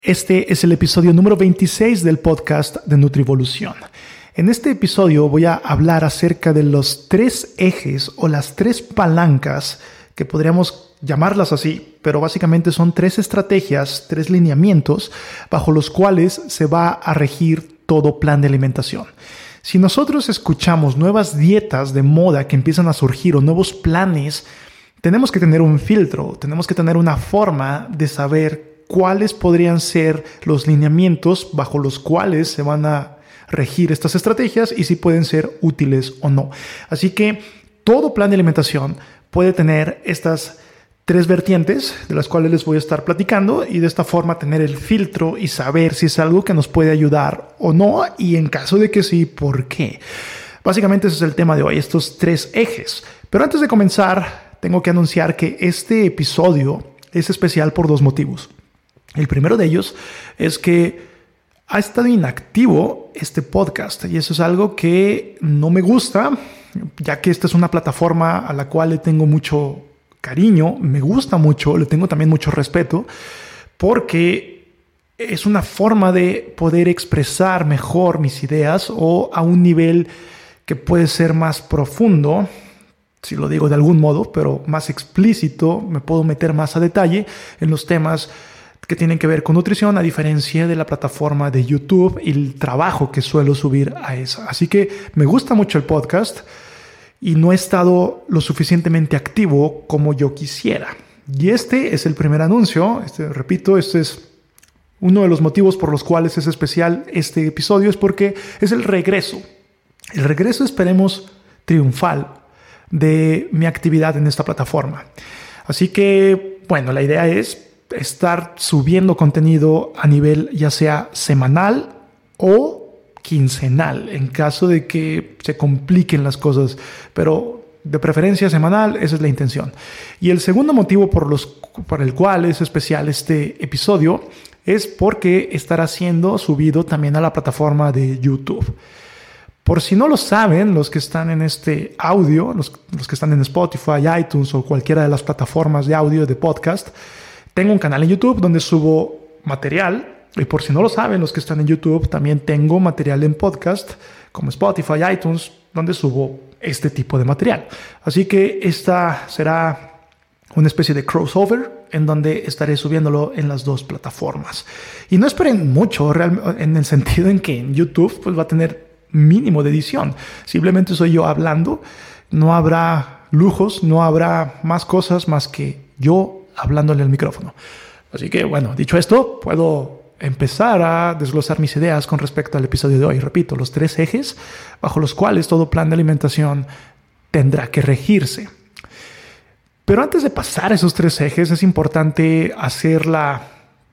Este es el episodio número 26 del podcast de Nutrivolución. En este episodio voy a hablar acerca de los 3 ejes o las 3 palancas, que podríamos llamarlas así, pero básicamente son 3 estrategias, 3 lineamientos bajo los cuales se va a regir todo plan de alimentación. Si nosotros escuchamos nuevas dietas de moda que empiezan a surgir o nuevos planes, tenemos que tener un filtro, tenemos que tener una forma de saber cuáles podrían ser los lineamientos bajo los cuales se van a regir estas estrategias y si pueden ser útiles o no. Así que todo plan de alimentación puede tener estas 3 vertientes de las cuales les voy a estar platicando y de esta forma tener el filtro y saber si es algo que nos puede ayudar o no y en caso de que sí, ¿por qué? Básicamente ese es el tema de hoy, estos 3 ejes. Pero antes de comenzar, tengo que anunciar que este episodio es especial por 2 motivos. El primero de ellos es que ha estado inactivo este podcast y eso es algo que no me gusta, ya que esta es una plataforma a la cual le tengo mucho cariño, me gusta mucho, le tengo también mucho respeto, porque es una forma de poder expresar mejor mis ideas o a un nivel que puede ser más profundo, si lo digo de algún modo, pero más explícito, me puedo meter más a detalle en los temas que tienen que ver con nutrición, a diferencia de la plataforma de YouTube y el trabajo que suelo subir a esa. Así que me gusta mucho el podcast y no he estado lo suficientemente activo como yo quisiera. Y este es el primer anuncio. Repito, este es uno de los motivos por los cuales es especial este episodio, es porque es el regreso. El regreso, esperemos, triunfal de mi actividad en esta plataforma. Así que, bueno, la idea es estar subiendo contenido a nivel ya sea semanal o quincenal, en caso de que se compliquen las cosas, pero de preferencia semanal, esa es la intención. Y el segundo motivo por el cual es especial este episodio es porque estará siendo subido también a la plataforma de YouTube. Por si no lo saben, los que están en este audio, los que están en Spotify, iTunes o cualquiera de las plataformas de audio de podcast, tengo un canal en YouTube donde subo material. Y por si no lo saben, los que están en YouTube, también tengo material en podcast como Spotify, iTunes, donde subo este tipo de material. Así que esta será una especie de crossover en donde estaré subiéndolo en las 2 plataformas. Y no esperen mucho en el sentido en que en YouTube pues, va a tener mínimo de edición. Simplemente soy yo hablando. No habrá lujos, no habrá más cosas más que yo hablándole al micrófono. Así que, bueno, dicho esto, puedo empezar a desglosar mis ideas con respecto al episodio de hoy. Repito, los 3 ejes bajo los cuales todo plan de alimentación tendrá que regirse. Pero antes de pasar a esos 3 ejes, es importante hacer la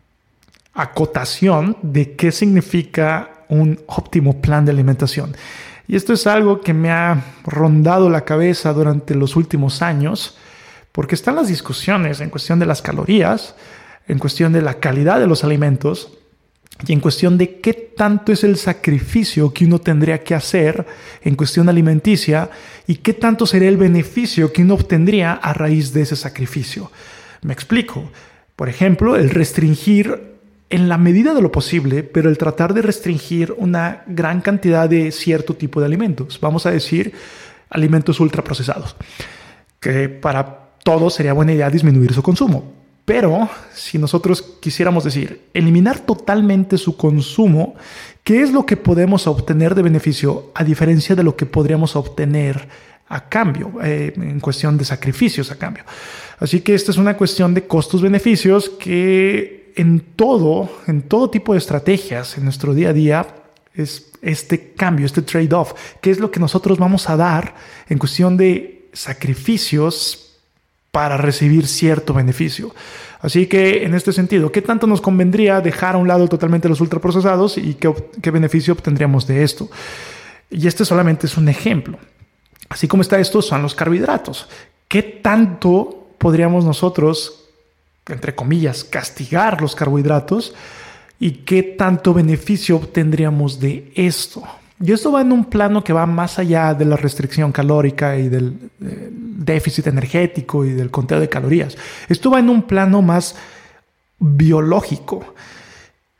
acotación de qué significa un óptimo plan de alimentación. Y esto es algo que me ha rondado la cabeza durante los últimos años, porque están las discusiones en cuestión de las calorías, en cuestión de la calidad de los alimentos y en cuestión de qué tanto es el sacrificio que uno tendría que hacer en cuestión alimenticia y qué tanto sería el beneficio que uno obtendría a raíz de ese sacrificio. Me explico. Por ejemplo, el restringir en la medida de lo posible, pero el tratar de restringir una gran cantidad de cierto tipo de alimentos. Vamos a decir alimentos ultraprocesados, que para todos sería buena idea disminuir su consumo. Pero si nosotros quisiéramos decir, eliminar totalmente su consumo, ¿qué es lo que podemos obtener de beneficio a diferencia de lo que podríamos obtener a cambio, en cuestión de sacrificios a cambio? Así que esta es una cuestión de costos-beneficios que en todo tipo de estrategias en nuestro día a día es este cambio, este trade-off. ¿Qué es lo que nosotros vamos a dar en cuestión de sacrificios para recibir cierto beneficio? Así que en este sentido, ¿qué tanto nos convendría dejar a un lado totalmente los ultraprocesados y qué beneficio obtendríamos de esto? Y este solamente es un ejemplo. Así como está esto, son los carbohidratos. ¿Qué tanto podríamos nosotros, entre comillas, castigar los carbohidratos y qué tanto beneficio obtendríamos de esto? Y esto va en un plano que va más allá de la restricción calórica y del déficit energético y del conteo de calorías. Esto va en un plano más biológico.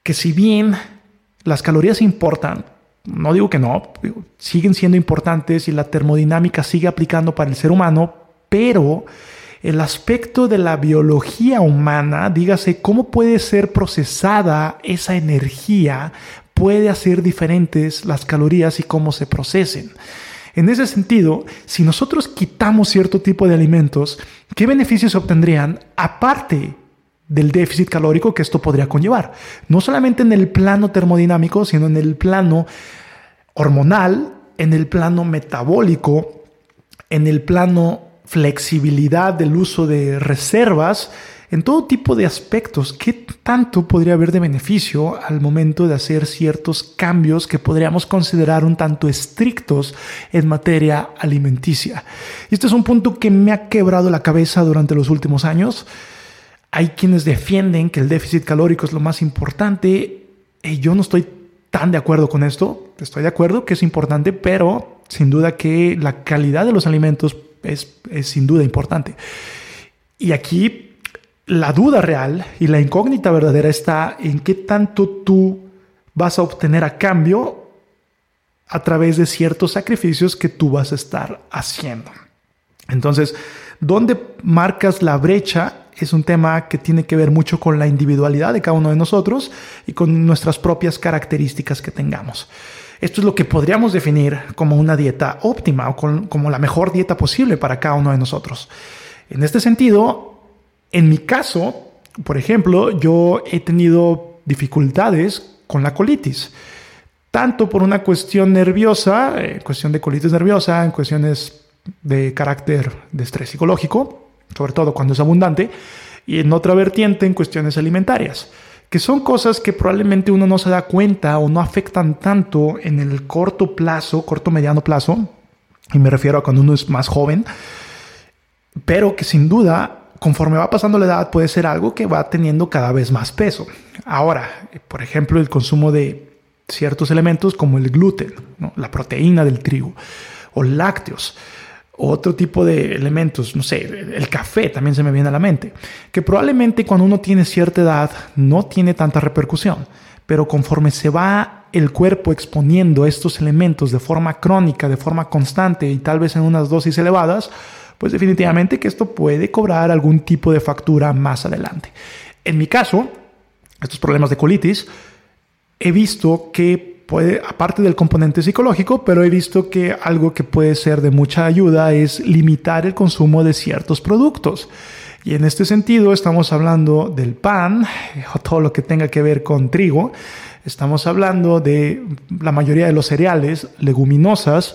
que si bien las calorías importan, no digo que no, siguen siendo importantes y la termodinámica sigue aplicando para el ser humano, pero el aspecto de la biología humana, dígase cómo puede ser procesada esa energía, puede hacer diferentes las calorías y cómo se procesen. En ese sentido, si nosotros quitamos cierto tipo de alimentos, ¿qué beneficios se obtendrían aparte del déficit calórico que esto podría conllevar? No solamente en el plano termodinámico, sino en el plano hormonal, en el plano metabólico, en el plano flexibilidad del uso de reservas, en todo tipo de aspectos. ¿Qué tanto podría haber de beneficio al momento de hacer ciertos cambios que podríamos considerar un tanto estrictos en materia alimenticia? Y este es un punto que me ha quebrado la cabeza durante los últimos años. Hay quienes defienden que el déficit calórico es lo más importante. Yo no estoy tan de acuerdo con esto. Estoy de acuerdo que es importante, pero sin duda que la calidad de los alimentos es sin duda importante. Y aquí la duda real y la incógnita verdadera está en qué tanto tú vas a obtener a cambio a través de ciertos sacrificios que tú vas a estar haciendo. Entonces, ¿dónde marcas la brecha? Es un tema que tiene que ver mucho con la individualidad de cada uno de nosotros y con nuestras propias características que tengamos. Esto es lo que podríamos definir como una dieta óptima o como la mejor dieta posible para cada uno de nosotros. En este sentido, en mi caso, por ejemplo, yo he tenido dificultades con la colitis, tanto por una cuestión nerviosa, cuestión de colitis nerviosa, en cuestiones de carácter de estrés psicológico, sobre todo cuando es abundante, y en otra vertiente en cuestiones alimentarias, que son cosas que probablemente uno no se da cuenta o no afectan tanto en el corto plazo, corto mediano plazo, y me refiero a cuando uno es más joven, pero que sin duda, conforme va pasando la edad, puede ser algo que va teniendo cada vez más peso. Ahora, por ejemplo, el consumo de ciertos elementos como el gluten, ¿no? La proteína del trigo, o lácteos, otro tipo de elementos, no sé, el café también se me viene a la mente, que probablemente cuando uno tiene cierta edad no tiene tanta repercusión, pero conforme se va el cuerpo exponiendo estos elementos de forma crónica, de forma constante y tal vez en unas dosis elevadas, pues definitivamente que esto puede cobrar algún tipo de factura más adelante. En mi caso, estos problemas de colitis, he visto que puede, aparte del componente psicológico, pero he visto que algo que puede ser de mucha ayuda es limitar el consumo de ciertos productos. Y en este sentido estamos hablando del pan, o todo lo que tenga que ver con trigo. Estamos hablando de la mayoría de los cereales, leguminosas,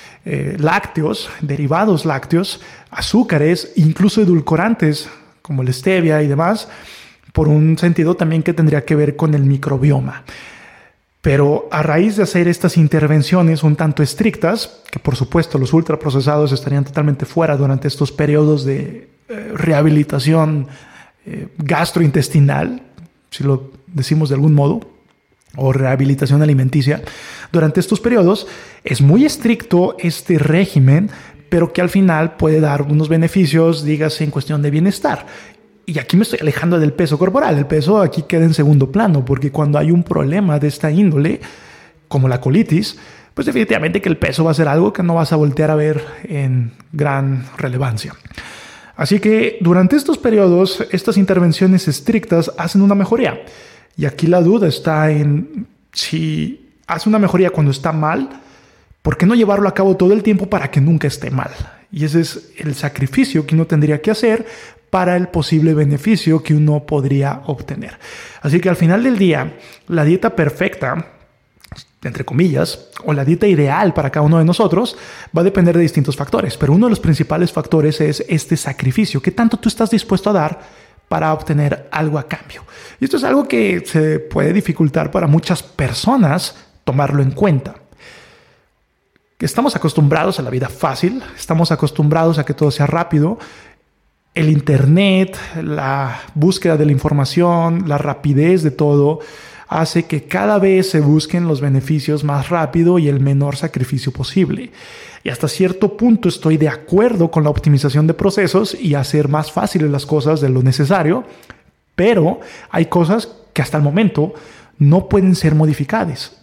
lácteos, derivados lácteos, azúcares, incluso edulcorantes como la stevia y demás, por un sentido también que tendría que ver con el microbioma. Pero a raíz de hacer estas intervenciones un tanto estrictas, que por supuesto los ultraprocesados estarían totalmente fuera durante estos periodos de rehabilitación gastrointestinal, si lo decimos de algún modo, o rehabilitación alimenticia, durante estos periodos es muy estricto este régimen, pero que al final puede dar unos beneficios, dígase, en cuestión de bienestar. Y aquí me estoy alejando del peso corporal. El peso aquí queda en segundo plano, porque cuando hay un problema de esta índole, como la colitis, pues definitivamente que el peso va a ser algo que no vas a voltear a ver en gran relevancia. Así que durante estos periodos, estas intervenciones estrictas hacen una mejoría. Y aquí la duda está en si hace una mejoría cuando está mal, ¿por qué no llevarlo a cabo todo el tiempo para que nunca esté mal? Y ese es el sacrificio que uno tendría que hacer para el posible beneficio que uno podría obtener. Así que al final del día, la dieta perfecta, entre comillas, o la dieta ideal para cada uno de nosotros, va a depender de distintos factores. Pero uno de los principales factores es este sacrificio. ¿Qué tanto tú estás dispuesto a dar para obtener algo a cambio? Y esto es algo que se puede dificultar para muchas personas tomarlo en cuenta. Estamos acostumbrados a la vida fácil, estamos acostumbrados a que todo sea rápido. El internet, la búsqueda de la información, la rapidez de todo hace que cada vez se busquen los beneficios más rápido y el menor sacrificio posible. Y hasta cierto punto estoy de acuerdo con la optimización de procesos y hacer más fáciles las cosas de lo necesario, pero hay cosas que hasta el momento no pueden ser modificables,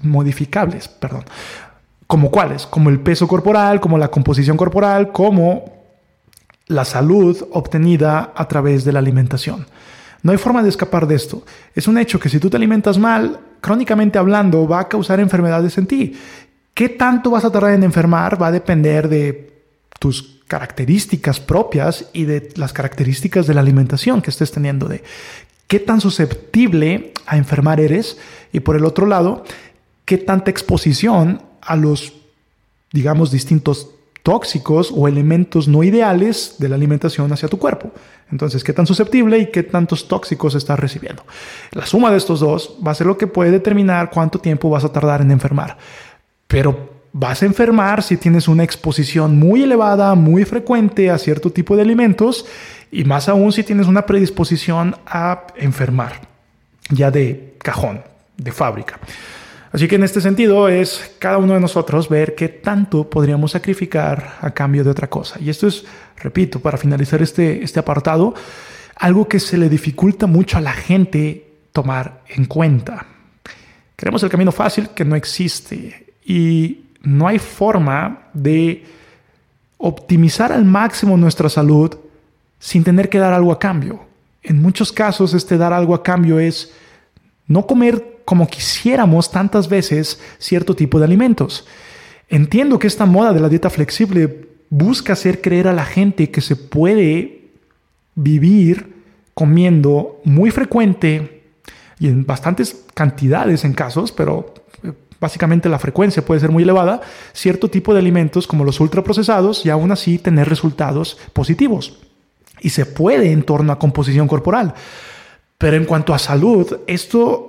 ¿Como cuáles? Como el peso corporal, como la composición corporal, como la salud obtenida a través de la alimentación. No hay forma de escapar de esto. Es un hecho que si tú te alimentas mal, crónicamente hablando, va a causar enfermedades en ti. ¿Qué tanto vas a tardar en enfermar? Va a depender de tus características propias y de las características de la alimentación que estés teniendo, de qué tan susceptible a enfermar eres y, por el otro lado, qué tanta exposición a los, digamos, distintos tóxicos o elementos no ideales de la alimentación hacia tu cuerpo. Entonces, qué tan susceptible y qué tantos tóxicos estás recibiendo. La suma de estos dos va a ser lo que puede determinar cuánto tiempo vas a tardar en enfermar. Pero vas a enfermar si tienes una exposición muy elevada, muy frecuente a cierto tipo de alimentos, y más aún si tienes una predisposición a enfermar, ya de cajón, de fábrica. Así que en este sentido es cada uno de nosotros ver qué tanto podríamos sacrificar a cambio de otra cosa. Y esto es, repito, para finalizar este apartado, algo que se le dificulta mucho a la gente tomar en cuenta. Queremos el camino fácil, que no existe, y no hay forma de optimizar al máximo nuestra salud sin tener que dar algo a cambio. En muchos casos, este dar algo a cambio es no comer como quisiéramos tantas veces cierto tipo de alimentos. Entiendo que esta moda de la dieta flexible busca hacer creer a la gente que se puede vivir comiendo muy frecuente y en bastantes cantidades en casos, pero básicamente la frecuencia puede ser muy elevada, cierto tipo de alimentos como los ultraprocesados y aún así tener resultados positivos. Y se puede en torno a composición corporal. Pero en cuanto a salud, esto,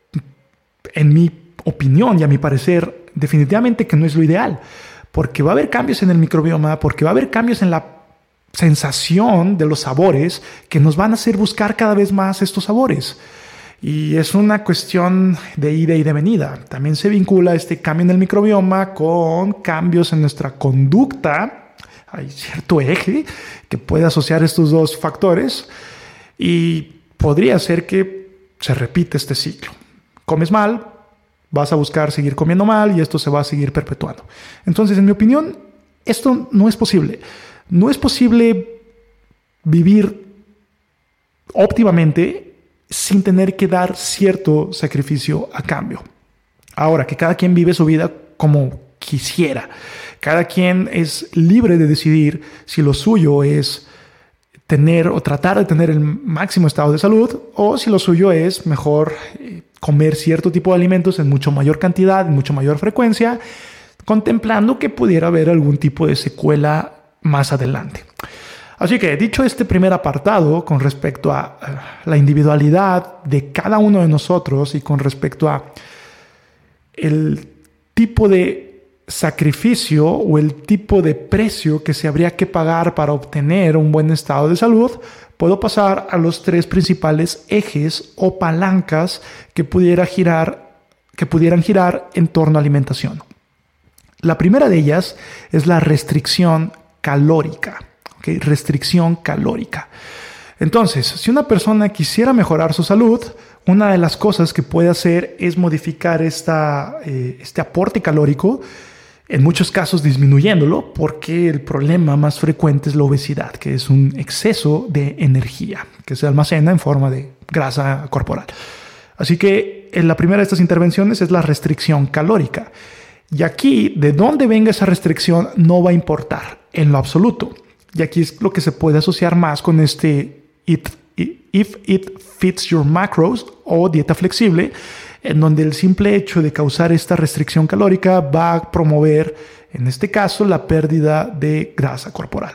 en mi opinión y a mi parecer, definitivamente que no es lo ideal. Porque va a haber cambios en el microbioma, porque va a haber cambios en la sensación de los sabores que nos van a hacer buscar cada vez más estos sabores. Y es una cuestión de ida y de venida. También se vincula este cambio en el microbioma con cambios en nuestra conducta. Hay cierto eje que puede asociar estos dos factores y podría ser que se repite este ciclo. Comes mal, vas a buscar seguir comiendo mal y esto se va a seguir perpetuando. Entonces, en mi opinión, esto no es posible. No es posible vivir óptimamente sin tener que dar cierto sacrificio a cambio. Ahora, que cada quien vive su vida como quisiera. Cada quien es libre de decidir si lo suyo es tener o tratar de tener el máximo estado de salud o si lo suyo es mejor comer cierto tipo de alimentos en mucho mayor cantidad, en mucho mayor frecuencia, contemplando que pudiera haber algún tipo de secuela más adelante. Así que, dicho este primer apartado con respecto a la individualidad de cada uno de nosotros y con respecto a el tipo de sacrificio o el tipo de precio que se habría que pagar para obtener un buen estado de salud, puedo pasar a los tres principales ejes o palancas que pudieran girar en torno a alimentación. La primera de ellas es la restricción calórica. ¿Okay? Restricción calórica. Entonces, si una persona quisiera mejorar su salud, una de las cosas que puede hacer es modificar este aporte calórico, en muchos casos disminuyéndolo, porque el problema más frecuente es la obesidad, que es un exceso de energía que se almacena en forma de grasa corporal. Así que la primera de estas intervenciones es la restricción calórica. Y aquí, de dónde venga esa restricción no va a importar en lo absoluto. Y aquí es lo que se puede asociar más con este If It Fits Your Macros o dieta flexible, en donde el simple hecho de causar esta restricción calórica va a promover, en este caso, la pérdida de grasa corporal.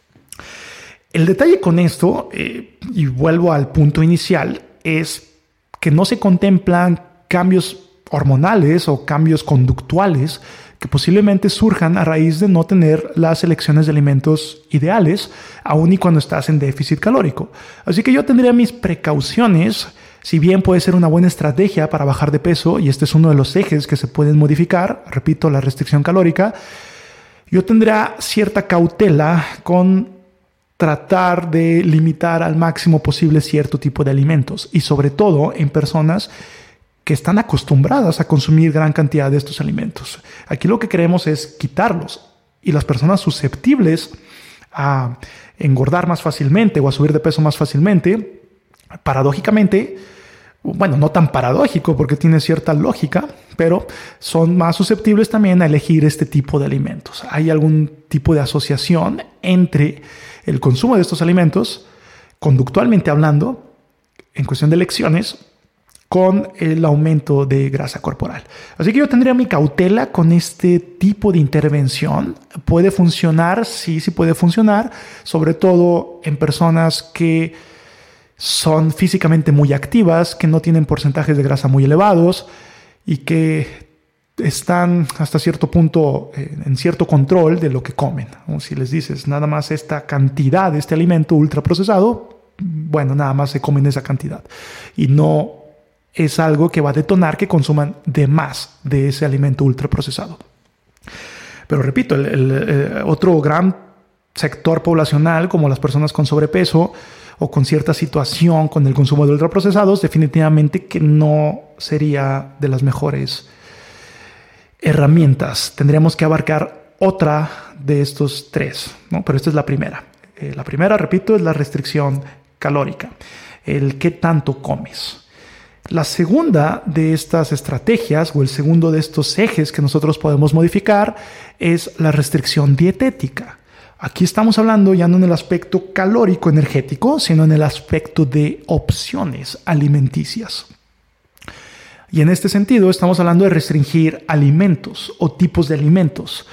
El detalle con esto, y vuelvo al punto inicial, es que no se contemplan cambios hormonales o cambios conductuales que posiblemente surjan a raíz de no tener las selecciones de alimentos ideales, aun y cuando estás en déficit calórico. Así que yo tendría mis precauciones, si bien puede ser una buena estrategia para bajar de peso, y este es uno de los ejes que se pueden modificar, repito, la restricción calórica, yo tendría cierta cautela con tratar de limitar al máximo posible cierto tipo de alimentos, y sobre todo en personas que están acostumbradas a consumir gran cantidad de estos alimentos. Aquí lo que queremos es quitarlos, y las personas susceptibles a engordar más fácilmente o a subir de peso más fácilmente, paradójicamente, bueno, no tan paradójico porque tiene cierta lógica, pero son más susceptibles también a elegir este tipo de alimentos. Hay algún tipo de asociación entre el consumo de estos alimentos, conductualmente hablando, en cuestión de elecciones, con el aumento de grasa corporal. Así que yo tendría mi cautela con este tipo de intervención. ¿Puede funcionar? Sí puede funcionar, sobre todo en personas que son físicamente muy activas, que no tienen porcentajes de grasa muy elevados y que están hasta cierto punto en cierto control de lo que comen. O si les dices nada más esta cantidad de este alimento ultraprocesado, bueno, nada más se comen esa cantidad y no es algo que va a detonar que consuman de más de ese alimento ultraprocesado. Pero repito, el otro gran sector poblacional, como las personas con sobrepeso o con cierta situación con el consumo de ultraprocesados, definitivamente que no sería de las mejores herramientas. Tendríamos que abarcar otra de estos tres, ¿no? Pero esta es la primera. La primera, repito, es la restricción calórica, el qué tanto comes. La segunda de estas estrategias o el segundo de estos ejes que nosotros podemos modificar es la restricción dietética. Aquí estamos hablando ya no en el aspecto calórico energético, sino en el aspecto de opciones alimenticias. Y en este sentido estamos hablando de restringir alimentos o tipos de alimentos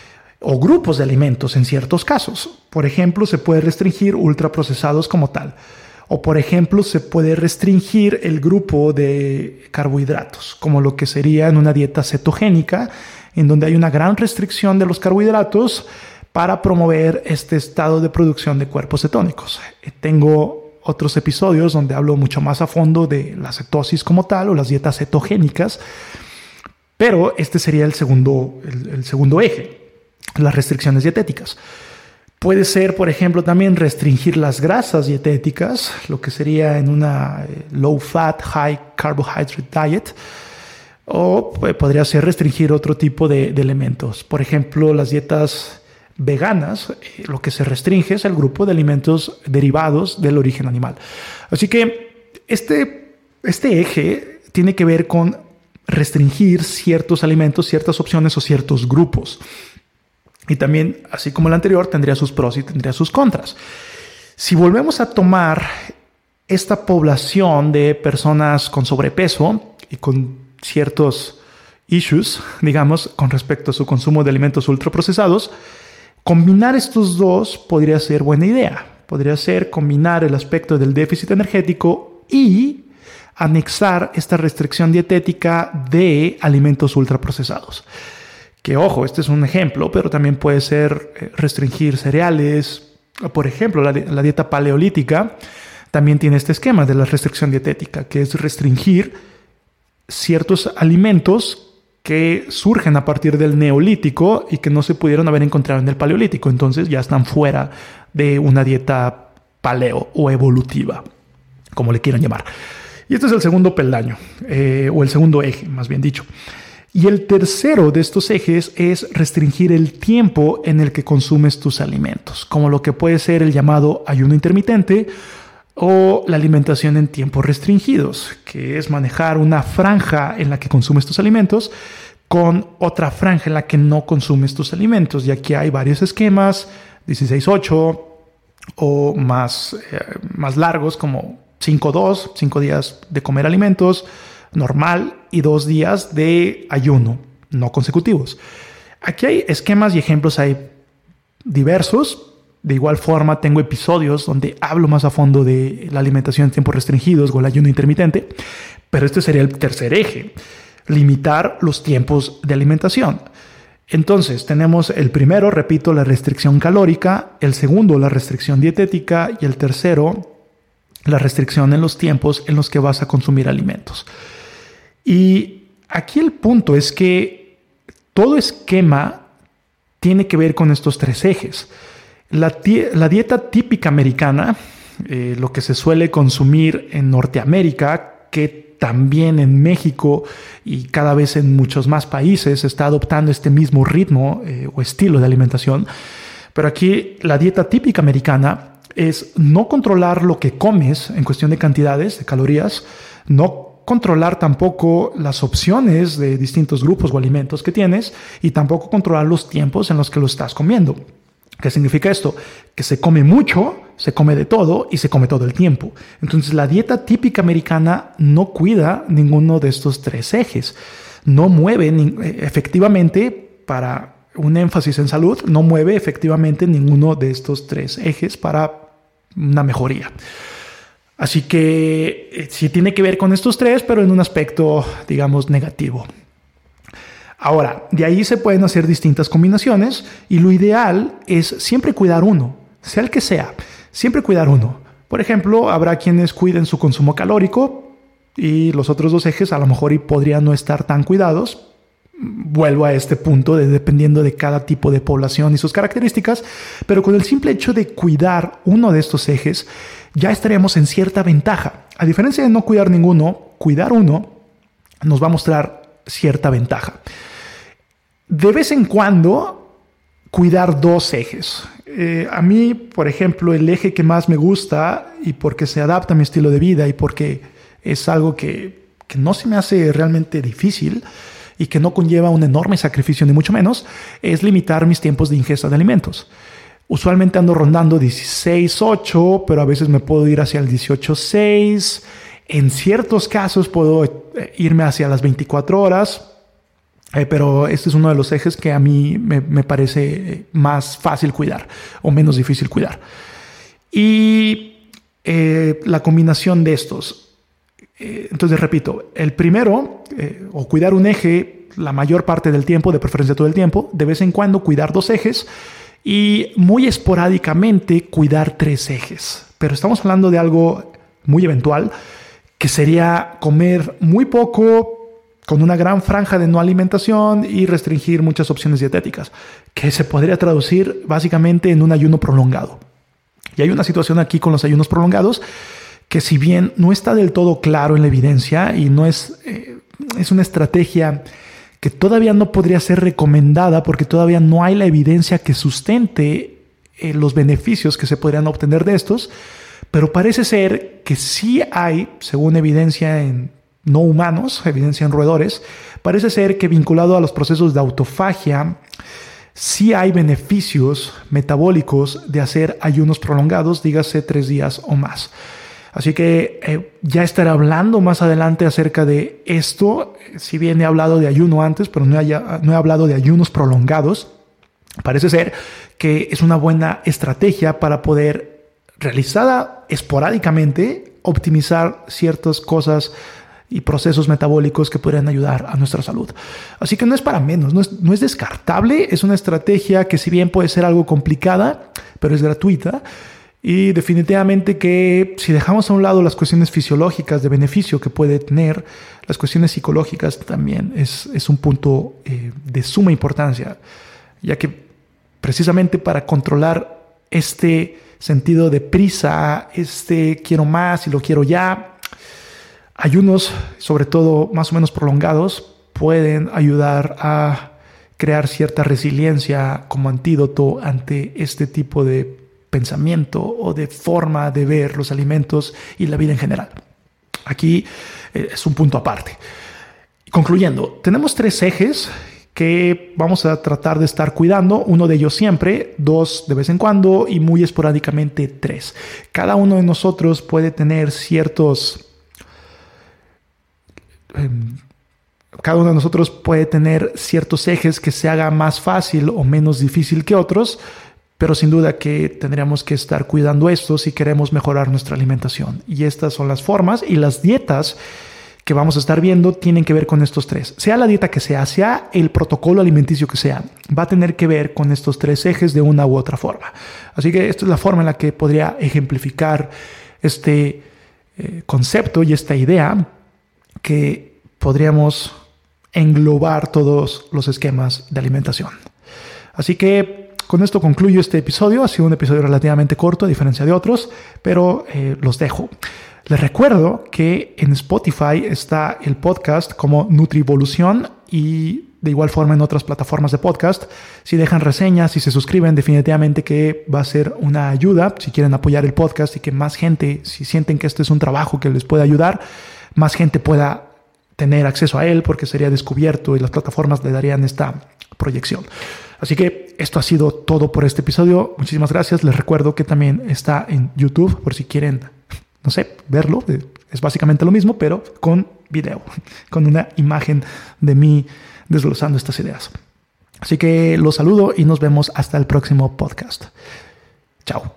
o grupos de alimentos en ciertos casos. Por ejemplo, se puede restringir ultraprocesados como tal. O, por ejemplo, se puede restringir el grupo de carbohidratos, como lo que sería en una dieta cetogénica, en donde hay una gran restricción de los carbohidratos para promover este estado de producción de cuerpos cetónicos. Tengo otros episodios donde hablo mucho más a fondo de la cetosis como tal o las dietas cetogénicas, pero este sería el segundo eje, las restricciones dietéticas. Puede ser, por ejemplo, también restringir las grasas dietéticas, lo que sería en una low fat, high carbohydrate diet, o podría ser restringir otro tipo de elementos. Por ejemplo, las dietas veganas, lo que se restringe es el grupo de alimentos derivados del origen animal. Así que este eje tiene que ver con restringir ciertos alimentos, ciertas opciones o ciertos grupos. Y también, así como el anterior, tendría sus pros y tendría sus contras. Si volvemos a tomar esta población de personas con sobrepeso y con ciertos issues, digamos, con respecto a su consumo de alimentos ultraprocesados, combinar estos dos podría ser buena idea. Podría ser combinar el aspecto del déficit energético y anexar esta restricción dietética de alimentos ultraprocesados. Que ojo, este es un ejemplo, pero también puede ser restringir cereales. Por ejemplo, la dieta paleolítica también tiene este esquema de la restricción dietética, que es restringir ciertos alimentos que surgen a partir del neolítico y que no se pudieron haber encontrado en el paleolítico. Entonces ya están fuera de una dieta paleo o evolutiva, como le quieran llamar. Y este es el segundo peldaño, o el segundo eje, más bien dicho. Y el tercero de estos ejes es restringir el tiempo en el que consumes tus alimentos, como lo que puede ser el llamado ayuno intermitente o la alimentación en tiempos restringidos, que es manejar una franja en la que consumes tus alimentos con otra franja en la que no consumes tus alimentos. Y aquí hay varios esquemas, 16-8 o más largos como 5-2, 5 días de comer alimentos, normal, y 2 días de ayuno no consecutivos. Aquí hay esquemas y ejemplos, hay diversos. De igual forma, tengo episodios donde hablo más a fondo de la alimentación en tiempos restringidos o el ayuno intermitente, pero este sería el tercer eje, limitar los tiempos de alimentación. Entonces, tenemos el primero, repito, la restricción calórica, el segundo, la restricción dietética, y el tercero, la restricción en los tiempos en los que vas a consumir alimentos. Y aquí el punto es que todo esquema tiene que ver con estos tres ejes. La dieta típica americana, lo que se suele consumir en Norteamérica, que también en México y cada vez en muchos más países se está adoptando este mismo ritmo o estilo de alimentación. Pero aquí la dieta típica americana es no controlar lo que comes en cuestión de cantidades, de calorías, no controlar tampoco las opciones de distintos grupos o alimentos que tienes y tampoco controlar los tiempos en los que lo estás comiendo. ¿Qué significa esto? Que se come mucho, se come de todo y se come todo el tiempo. Entonces la dieta típica americana no cuida ninguno de estos tres ejes. No mueve efectivamente, para un énfasis en salud, no mueve efectivamente ninguno de estos tres ejes para una mejoría. Así que sí tiene que ver con estos tres, pero en un aspecto, digamos, negativo. Ahora, de ahí se pueden hacer distintas combinaciones y lo ideal es siempre cuidar uno, sea el que sea, siempre cuidar uno. Por ejemplo, habrá quienes cuiden su consumo calórico y los otros dos ejes a lo mejor podrían no estar tan cuidados. Vuelvo a este punto dependiendo de cada tipo de población y sus características, pero con el simple hecho de cuidar uno de estos ejes ya estaríamos en cierta ventaja. A diferencia de no cuidar ninguno, cuidar uno nos va a mostrar cierta ventaja. De vez en cuando, cuidar dos ejes. A mí, por ejemplo, el eje que más me gusta y porque se adapta a mi estilo de vida y porque es algo que no se me hace realmente difícil y que no conlleva un enorme sacrificio ni mucho menos, es limitar mis tiempos de ingesta de alimentos. Usualmente ando rondando 16-8, pero a veces me puedo ir hacia el 18-6. En ciertos casos puedo irme hacia las 24 horas, pero este es uno de los ejes que a mí me parece más fácil cuidar o menos difícil cuidar. Y la combinación de estos. Entonces, repito, el primero, o cuidar un eje la mayor parte del tiempo, de preferencia todo el tiempo, de vez en cuando cuidar dos ejes y muy esporádicamente cuidar tres ejes. Pero estamos hablando de algo muy eventual, que sería comer muy poco con una gran franja de no alimentación y restringir muchas opciones dietéticas, que se podría traducir básicamente en un ayuno prolongado. Y hay una situación aquí con los ayunos prolongados que, si bien no está del todo claro en la evidencia y no es una estrategia que todavía no podría ser recomendada porque todavía no hay la evidencia que sustente los beneficios que se podrían obtener de estos, pero parece ser que sí hay, según evidencia en no humanos, evidencia en roedores, parece ser que vinculado a los procesos de autofagia, sí hay beneficios metabólicos de hacer ayunos prolongados, dígase 3 días o más. Así que ya estaré hablando más adelante acerca de esto. Si bien he hablado de ayuno antes, pero no he hablado de ayunos prolongados. Parece ser que es una buena estrategia para poder, realizada esporádicamente, optimizar ciertas cosas y procesos metabólicos que podrían ayudar a nuestra salud. Así que no es para menos, no es descartable. Es una estrategia que, si bien puede ser algo complicada, pero es gratuita. Y definitivamente que si dejamos a un lado las cuestiones fisiológicas de beneficio que puede tener, las cuestiones psicológicas también es un punto de suma importancia, ya que precisamente para controlar este sentido de prisa, quiero más y lo quiero ya, ayunos, sobre todo más o menos prolongados, pueden ayudar a crear cierta resiliencia como antídoto ante este tipo de pensamiento o de forma de ver los alimentos y la vida en general. Aquí es un punto aparte. Concluyendo, tenemos 3 ejes que vamos a tratar de estar cuidando. Uno de ellos siempre, 2 de vez en cuando y muy esporádicamente 3. Cada uno de nosotros puede tener ciertos... Cada uno de nosotros puede tener ciertos ejes que se haga más fácil o menos difícil que otros, pero sin duda que tendríamos que estar cuidando esto si queremos mejorar nuestra alimentación. Y estas son las formas y las dietas que vamos a estar viendo tienen que ver con estos 3. Sea la dieta que sea el protocolo alimenticio que sea, va a tener que ver con estos 3 ejes de una u otra forma. Así que esta es la forma en la que podría ejemplificar este concepto y esta idea que podríamos englobar todos los esquemas de alimentación. Así que con esto concluyo este episodio. Ha sido un episodio relativamente corto, a diferencia de otros, pero los dejo. Les recuerdo que en Spotify está el podcast como Nutrivolución y de igual forma en otras plataformas de podcast. Si dejan reseñas, si se suscriben, definitivamente que va a ser una ayuda. Si quieren apoyar el podcast y que más gente, si sienten que este es un trabajo que les puede ayudar, más gente pueda tener acceso a él porque sería descubierto y las plataformas le darían esta proyección. Así que esto ha sido todo por este episodio. Muchísimas gracias. Les recuerdo que también está en YouTube por si quieren, no sé, verlo. Es básicamente lo mismo, pero con video, con una imagen de mí desglosando estas ideas. Así que los saludo y nos vemos hasta el próximo podcast. Chao.